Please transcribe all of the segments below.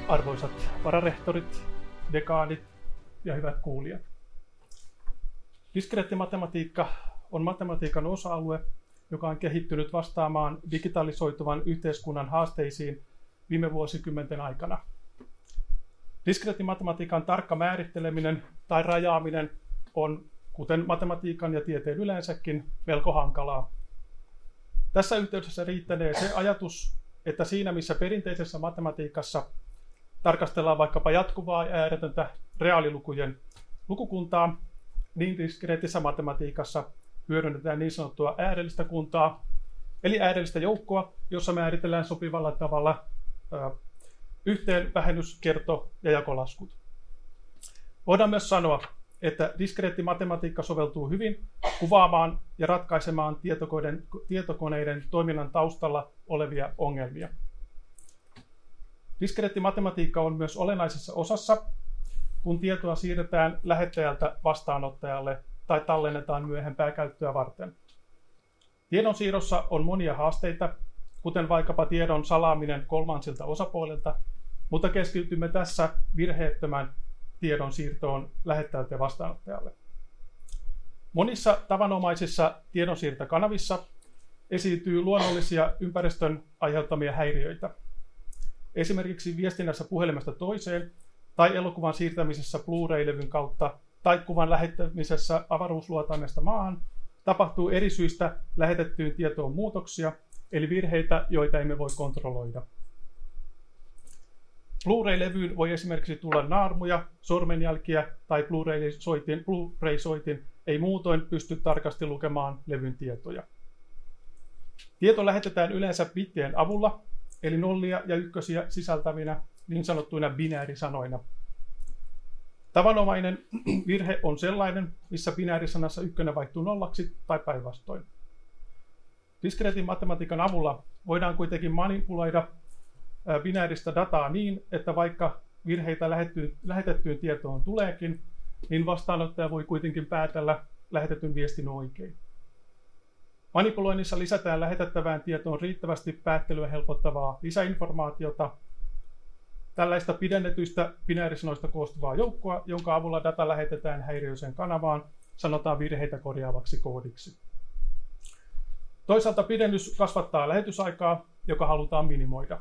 Arvoisat vararehtorit, dekaanit ja hyvät kuulijat. Diskreetti matematiikka on matematiikan osa-alue, joka on kehittynyt vastaamaan digitalisoituvan yhteiskunnan haasteisiin viime vuosikymmenten aikana. Diskreetti matematiikan tarkka määritteleminen tai rajaaminen on, kuten matematiikan ja tieteen yleensäkin, melko hankalaa. Tässä yhteydessä riittänee se ajatus, että siinä missä perinteisessä matematiikassa tarkastellaan vaikkapa jatkuvaa ja ääretöntä reaalilukujen lukukuntaa, niin diskreettisessä matematiikassa hyödynnetään niin sanottua äärellistä kuntaa, eli äärellistä joukkoa, jossa määritellään sopivalla tavalla yhteen vähennys-, kerto- ja jakolaskut. Voidaan myös sanoa, että diskreetti matematiikka soveltuu hyvin kuvaamaan ja ratkaisemaan tietokoneiden toiminnan taustalla olevia ongelmia. Diskreetti matematiikka on myös olennaisessa osassa, kun tietoa siirretään lähettäjältä vastaanottajalle tai tallennetaan myöhempää käyttöä varten. Tiedonsiirrossa on monia haasteita, kuten vaikkapa tiedon salaaminen kolmansilta osapuolilta, mutta keskitymme tässä virheettömän tiedon siirtoon lähettäjältä ja vastaanottajalle. Monissa tavanomaisissa tiedonsiirtokanavissa esiintyy luonnollisia ympäristön aiheuttamia häiriöitä. Esimerkiksi viestinnässä puhelimesta toiseen tai elokuvan siirtämisessä Blu-ray-levyn kautta tai kuvan lähettämisessä avaruusluotaimesta maahan tapahtuu eri syistä lähetettyyn tietoon muutoksia, eli virheitä, joita emme voi kontrolloida. Blu-ray-levyyn voi esimerkiksi tulla naarmuja, sormenjälkiä tai Blu-ray-soitin ei muutoin pysty tarkasti lukemaan levyn tietoja. Tieto lähetetään yleensä bittien avulla, eli nollia ja ykkösiä sisältävinä niin sanottuina binäärisanoina. Tavanomainen virhe on sellainen, missä binäärisanassa ykkönen vaihtuu nollaksi tai päinvastoin. Diskreetin matematiikan avulla voidaan kuitenkin manipuloida binääristä dataa niin, että vaikka virheitä lähetettyyn tietoon tuleekin, niin vastaanottaja voi kuitenkin päätellä lähetetyn viestin oikein. Manipuloinnissa lisätään lähetettävään tietoon riittävästi päättelyä helpottavaa lisäinformaatiota, tällaista pidennetyistä binäärisanoista koostuvaa joukkoa, jonka avulla data lähetetään häiriöiseen kanavaan, sanotaan virheitä korjaavaksi koodiksi. Toisaalta pidennys kasvattaa lähetysaikaa, joka halutaan minimoida.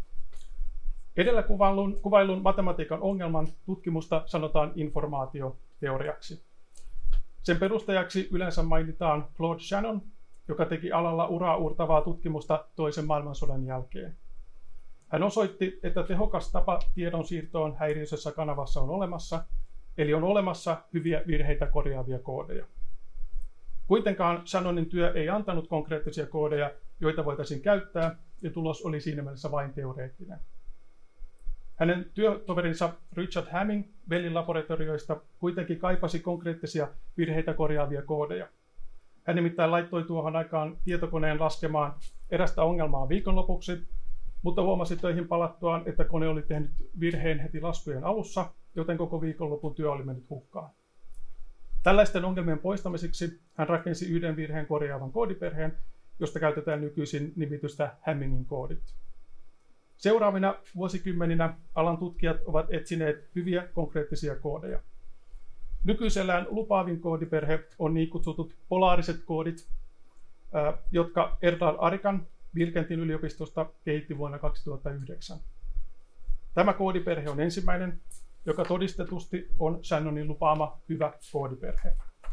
Edellä kuvaillun matematiikan ongelman tutkimusta sanotaan informaatioteoriaksi. Sen perustajaksi yleensä mainitaan Claude Shannon, joka teki alalla uraa uurtavaa tutkimusta toisen maailmansodan jälkeen. Hän osoitti, että tehokas tapa tiedonsiirtoon häiriöisessä kanavassa on olemassa, eli on olemassa hyviä virheitä korjaavia koodeja. Kuitenkaan Shannonin työ ei antanut konkreettisia koodeja, joita voitaisiin käyttää, ja tulos oli siinä mielessä vain teoreettinen. Hänen työtoverinsa Richard Hamming Bellin laboratorioista kuitenkin kaipasi konkreettisia virheitä korjaavia koodeja. Hän nimittäin laittoi tuohon aikaan tietokoneen laskemaan erästä ongelmaa viikonlopuksi, mutta huomasi töihin palattuaan, että kone oli tehnyt virheen heti laskujen alussa, joten koko viikonlopun työ oli mennyt hukkaan. Tällaisten ongelmien poistamiseksi hän rakensi yhden virheen korjaavan koodiperheen, josta käytetään nykyisin nimitystä Hammingin koodit. Seuraavina vuosikymmeninä alan tutkijat ovat etsineet hyviä konkreettisia koodeja. Nykyisellään lupaavin koodiperhe on niin kutsutut polaariset koodit, jotka Erdal Arikan Bilkentin yliopistosta kehitti vuonna 2009. Tämä koodiperhe on ensimmäinen, joka todistetusti on Shannonin lupaama hyvä koodiperhe.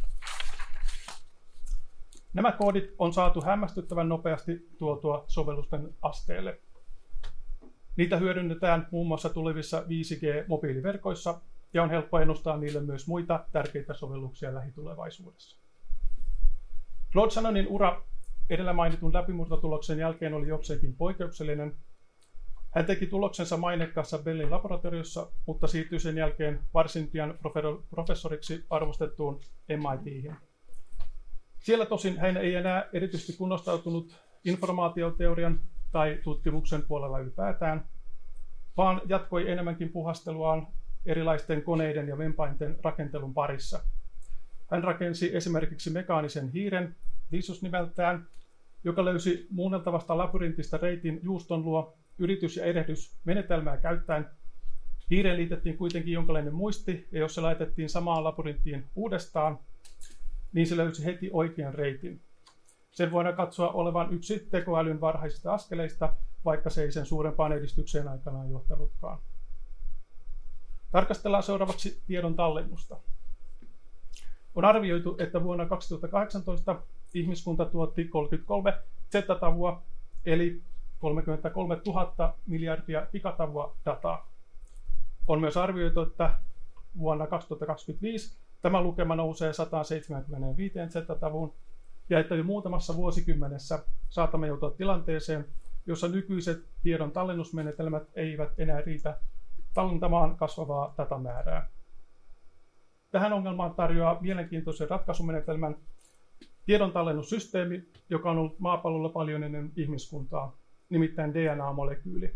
Nämä koodit on saatu hämmästyttävän nopeasti tuotua sovellusten asteelle. Niitä hyödynnetään muun muassa tulevissa 5G-mobiiliverkoissa ja on helppo ennustaa niille myös muita tärkeitä sovelluksia lähitulevaisuudessa. Claude Shannonin ura edellä mainitun läpimurtotuloksen jälkeen oli jokseenkin poikkeuksellinen. Hän teki tuloksensa mainekkaassa Bellin laboratoriossa, mutta siirtyi sen jälkeen varsin pian professoriksi arvostettuun MIT:hin. Siellä tosin hän ei enää erityisesti kunnostautunut informaatioteorian tai tutkimuksen puolella ylipäätään, vaan jatkoi enemmänkin puhasteluaan erilaisten koneiden ja vempainten rakentelun parissa. Hän rakensi esimerkiksi mekaanisen hiiren, Theseus nimeltään, joka löysi muunneltavasta labyrintistä reitin juuston luo yritys- ja erehdysmenetelmää käyttäen Hiireen liitettiin kuitenkin jonkinlainen muisti, ja jos se laitettiin samaan labyrinttiin uudestaan, niin se löysi heti oikean reitin. Sen voidaan katsoa olevan yksi tekoälyn varhaisista askeleista, vaikka se ei sen suurempaan edistykseen aikanaan johtanutkaan. Tarkastellaan seuraavaksi tiedon tallennusta. On arvioitu, että vuonna 2018 ihmiskunta tuotti 33 zetatavua, eli 33 000 miljardia gigatavua dataa. On myös arvioitu, että vuonna 2025 tämä lukema nousee 175 zetatavuun, ja että jo muutamassa vuosikymmenessä saatamme joutua tilanteeseen, jossa nykyiset tiedon tallennusmenetelmät eivät enää riitä tallentamaan kasvavaa datamäärää. Tähän ongelmaan tarjoaa mielenkiintoisen ratkaisumenetelmän tiedon tallennussysteemi, joka on ollut maapallolla paljon ennen ihmiskuntaa, nimittäin DNA-molekyyli.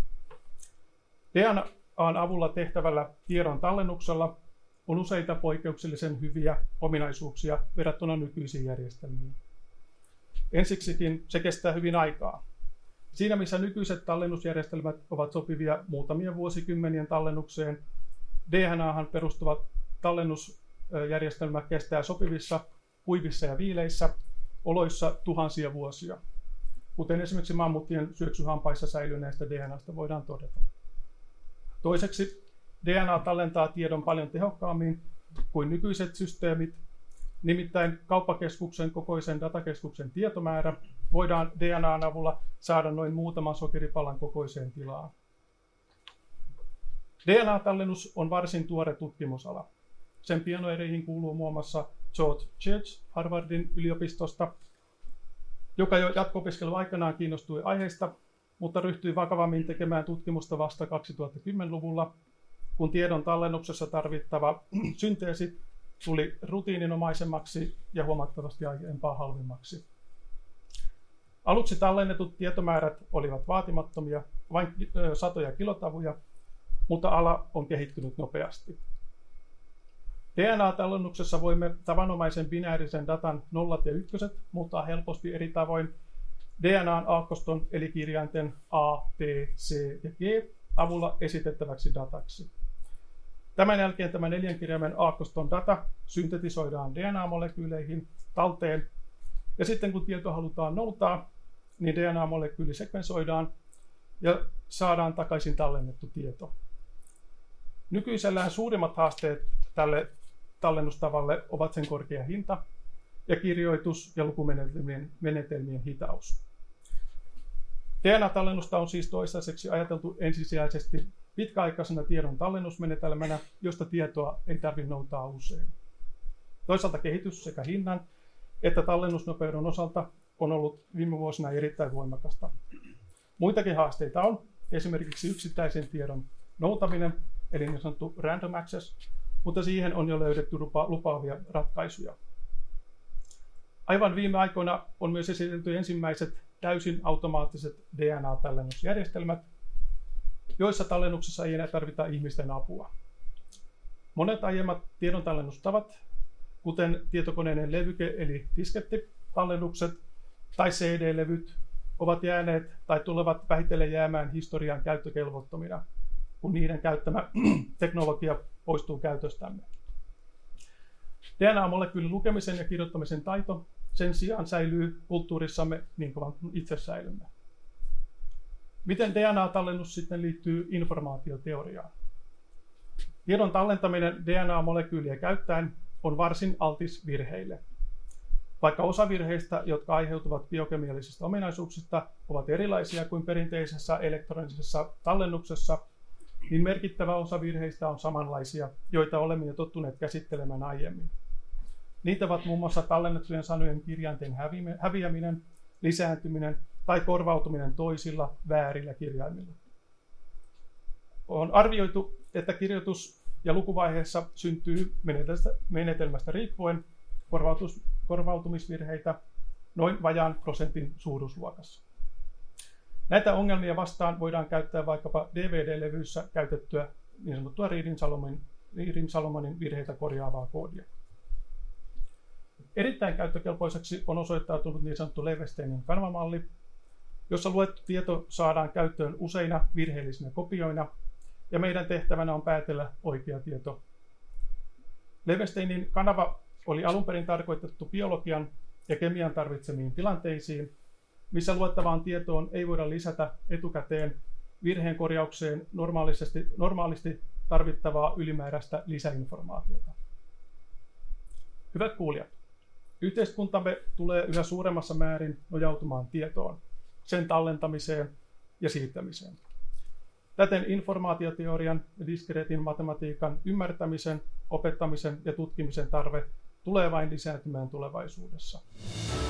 DNAn avulla tehtävällä tiedon tallennuksella on useita poikkeuksellisen hyviä ominaisuuksia verrattuna nykyisiin järjestelmiin. Ensiksikin se kestää hyvin aikaa. Siinä missä nykyiset tallennusjärjestelmät ovat sopivia muutamien vuosikymmenien tallennukseen, DNAhan perustuva tallennusjärjestelmä kestää sopivissa, kuivissa ja viileissä oloissa tuhansia vuosia, kuten esimerkiksi mammuttien syöksyhampaissa säilyneestä DNAsta voidaan todeta. Toiseksi DNA tallentaa tiedon paljon tehokkaammin kuin nykyiset systeemit, nimittäin kauppakeskuksen kokoisen datakeskuksen tietomäärä voidaan DNAn avulla saada noin muutaman sokeripalan kokoiseen tilaan. DNA-tallennus on varsin tuore tutkimusala. Sen pioneereihin kuuluu muun muassa George Church Harvardin yliopistosta, joka jo jatko-opiskelun aikanaan kiinnostui aiheesta, mutta ryhtyi vakavammin tekemään tutkimusta vasta 2010-luvulla, kun tiedon tallennuksessa tarvittava synteesi tuli rutiininomaisemmaksi ja huomattavasti aiempaa halvemmaksi. Aluksi tallennetut tietomäärät olivat vaatimattomia, vain satoja kilotavuja, mutta ala on kehittynyt nopeasti. DNA-tallennuksessa voimme tavanomaisen binäärisen datan nollat ja ykköset muuttaa helposti eri tavoin DNAn aakkoston eli kirjainten A, T, C ja G avulla esitettäväksi dataksi. Tämän jälkeen tämä 4 kirjaimen aakkoston data syntetisoidaan DNA-molekyyleihin talteen, ja sitten kun tieto halutaan noutaa, niin DNA-molekyyli sekvensoidaan ja saadaan takaisin tallennettu tieto. Nykyisellään suurimmat haasteet tälle tallennustavalle ovat sen korkea hinta ja kirjoitus- ja lukumenetelmien hitaus. DNA-tallennusta on siis toistaiseksi ajateltu ensisijaisesti pitkäaikaisena tiedon tallennusmenetelmänä, josta tietoa ei tarvitse noutaa usein. Toisaalta kehitys sekä hinnan että tallennusnopeuden osalta on ollut viime vuosina erittäin voimakasta. Muitakin haasteita on esimerkiksi yksittäisen tiedon noutaminen, eli niin sanottu random access, mutta siihen on jo löydetty lupaavia ratkaisuja. Aivan viime aikoina on myös esitelty ensimmäiset täysin automaattiset DNA-tallennusjärjestelmät, joissa tallennuksessa ei enää tarvita ihmisten apua. Monet aiemmat tiedontallennustavat, kuten tietokoneiden levyke eli diskettitallennukset tai CD-levyt, ovat jääneet tai tulevat vähitellen jäämään historian käyttökelvottomina, kun niiden käyttämä teknologia poistuu käytöstämme. DNA-molekyylin lukemisen ja kirjoittamisen taito sen sijaan säilyy kulttuurissamme niin kauan kuin itse säilymme. Miten DNA-tallennus sitten liittyy informaatioteoriaan? Tiedon tallentaminen DNA-molekyyliä käyttäen on varsin altis virheille. Vaikka osa virheistä, jotka aiheutuvat biokemiallisista ominaisuuksista, ovat erilaisia kuin perinteisessä elektronisessa tallennuksessa, niin merkittävä osa virheistä on samanlaisia, joita olemme jo tottuneet käsittelemään aiemmin. Niitä ovat muun muassa tallennettujen sanojen kirjainten häviäminen, lisääntyminen tai korvautuminen toisilla väärillä kirjaimilla. On arvioitu, että kirjoitus- ja lukuvaiheessa syntyy menetelmästä riippuen korvautumisvirheitä noin vajaan prosentin suuruusluokassa. Näitä ongelmia vastaan voidaan käyttää vaikkapa DVD-levyissä käytettyä niin sanottua Reading-Salomonin virheitä korjaavaa koodia. Erittäin käyttökelpoiseksi on osoittautunut niin sanottu Leversteinin kanvamalli, jossa luettu tieto saadaan käyttöön useina virheellisinä kopioina, ja meidän tehtävänä on päätellä oikea tieto. Levensteinin kanava oli alun perin tarkoitettu biologian ja kemian tarvitsemiin tilanteisiin, missä luettavaan tietoon ei voida lisätä etukäteen virheen korjaukseen normaalisti tarvittavaa ylimääräistä lisäinformaatiota. Hyvät kuulijat, yhteiskuntamme tulee yhä suuremmassa määrin nojautumaan tietoon, sen tallentamiseen ja siirtämiseen. Täten informaatioteorian ja diskreetin matematiikan ymmärtämisen, opettamisen ja tutkimisen tarve tulee vain lisääntymään tulevaisuudessa.